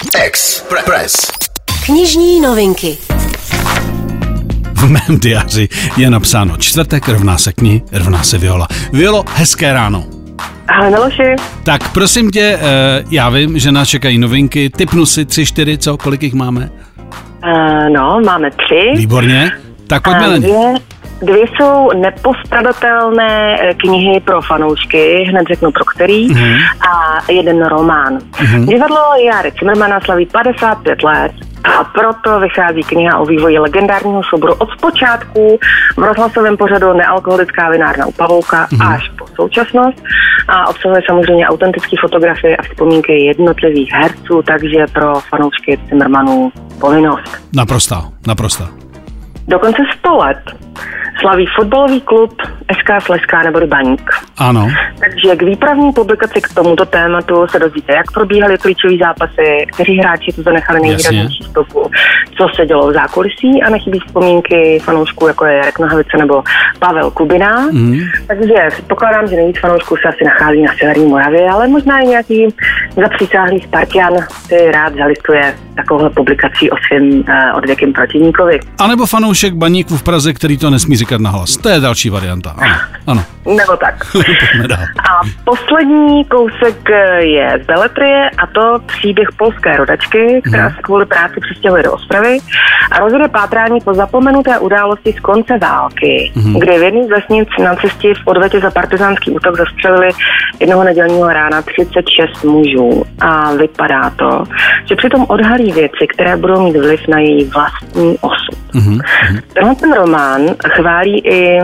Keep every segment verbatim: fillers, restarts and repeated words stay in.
Express. Knižní novinky. V mém diáři je napsáno čtvrtek, rovná se knihy, rovná se Viola. Violo, hezké ráno. Ahoj Miloši. Tak prosím tě, já vím, že nás čekají novinky, tipnu si tři, čtyři, co, kolik jich máme? Uh, no, máme tři. Výborně, tak pojďme na ně. Dvě, dvě jsou nepostradatelné knihy pro fanoušky, hned řeknu pro který, mm. a jeden román. Mm. Divadlo Járy Cimrmana slaví padesát pět let. A proto vychází kniha o vývoji legendárního souboru od zpočátku v rozhlasovém pořadu Nealkoholická vinárna u Pavouka mm. až po současnost. A obsahuje samozřejmě autentické fotografie a vzpomínky jednotlivých herců, takže pro fanoušky Cimrmanů povinnost. Naprosto, naprosto. Dokonce sto let slaví fotbalový klub es ká Slezská neboli Baník. Ano. Takže k výpravní publikaci k tomuto tématu se dozvíte, jak probíhaly klíčové zápasy, kteří hráči to zanechali nejvýraznější stopu, co se dělo v zákulisí a nechybí vzpomínky fanoušků, jako je Jarek Nohavice nebo Pavel Kubina. Mm. Takže pokládám, že nejvíc fanoušků se asi nachází na severní Moravě, ale možná i nějaký zapřísáhlý Spartan si rád zalistuje takovouhle publikací o svém uh, odvěkým protivníkovi. A nebo fanoušek Baníku v Praze, který to nesmí říkat nahlas. To je další varianta. Ano, ano. Nebo tak. Pojďme dál. A poslední kousek je z beletrie, a to příběh polské rodačky, která se kvůli práci přistěhuje do Ostravy a rozjede pátrání po zapomenuté události z konce války, mm. kdy v jedné z vesnic nacisti v odvetě za partizánský útok zastřelili jednoho nedělního rána třicet šest mužů. A vypadá to, že přitom odhalí věci, které budou mít vliv na její vlastní osud. Mm. Tenhle ten román chválí i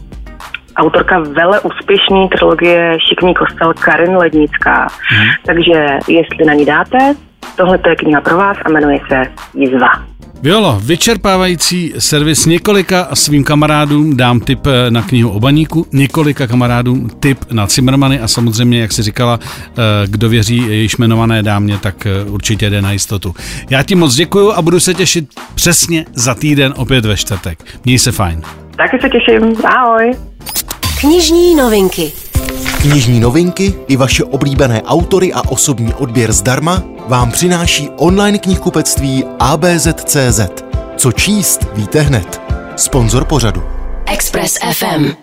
autorka vele úspěšné trilogie Šikmý kostel Karin Lednická. Hmm. Takže jestli na ní dáte, tohle je kniha pro vás a jmenuje se Jizva. Violo, vyčerpávající servis. Několika svým kamarádům dám tip na knihu o Baníku, několika kamarádům tip na Cimrmany a samozřejmě, jak jsi říkala, kdo věří jejíž jmenované dámě, tak určitě jde na jistotu. Já ti moc děkuju a budu se těšit přesně za týden opět ve čtvrtek. Měj se fajn. Taky se těším. Ahoj. Knižní novinky. Knižní novinky i vaše oblíbené autory a osobní odběr zdarma vám přináší online knihkupectví á bé zet tečka cé zet. Co číst, víte hned. Sponzor pořadu. Express ef em.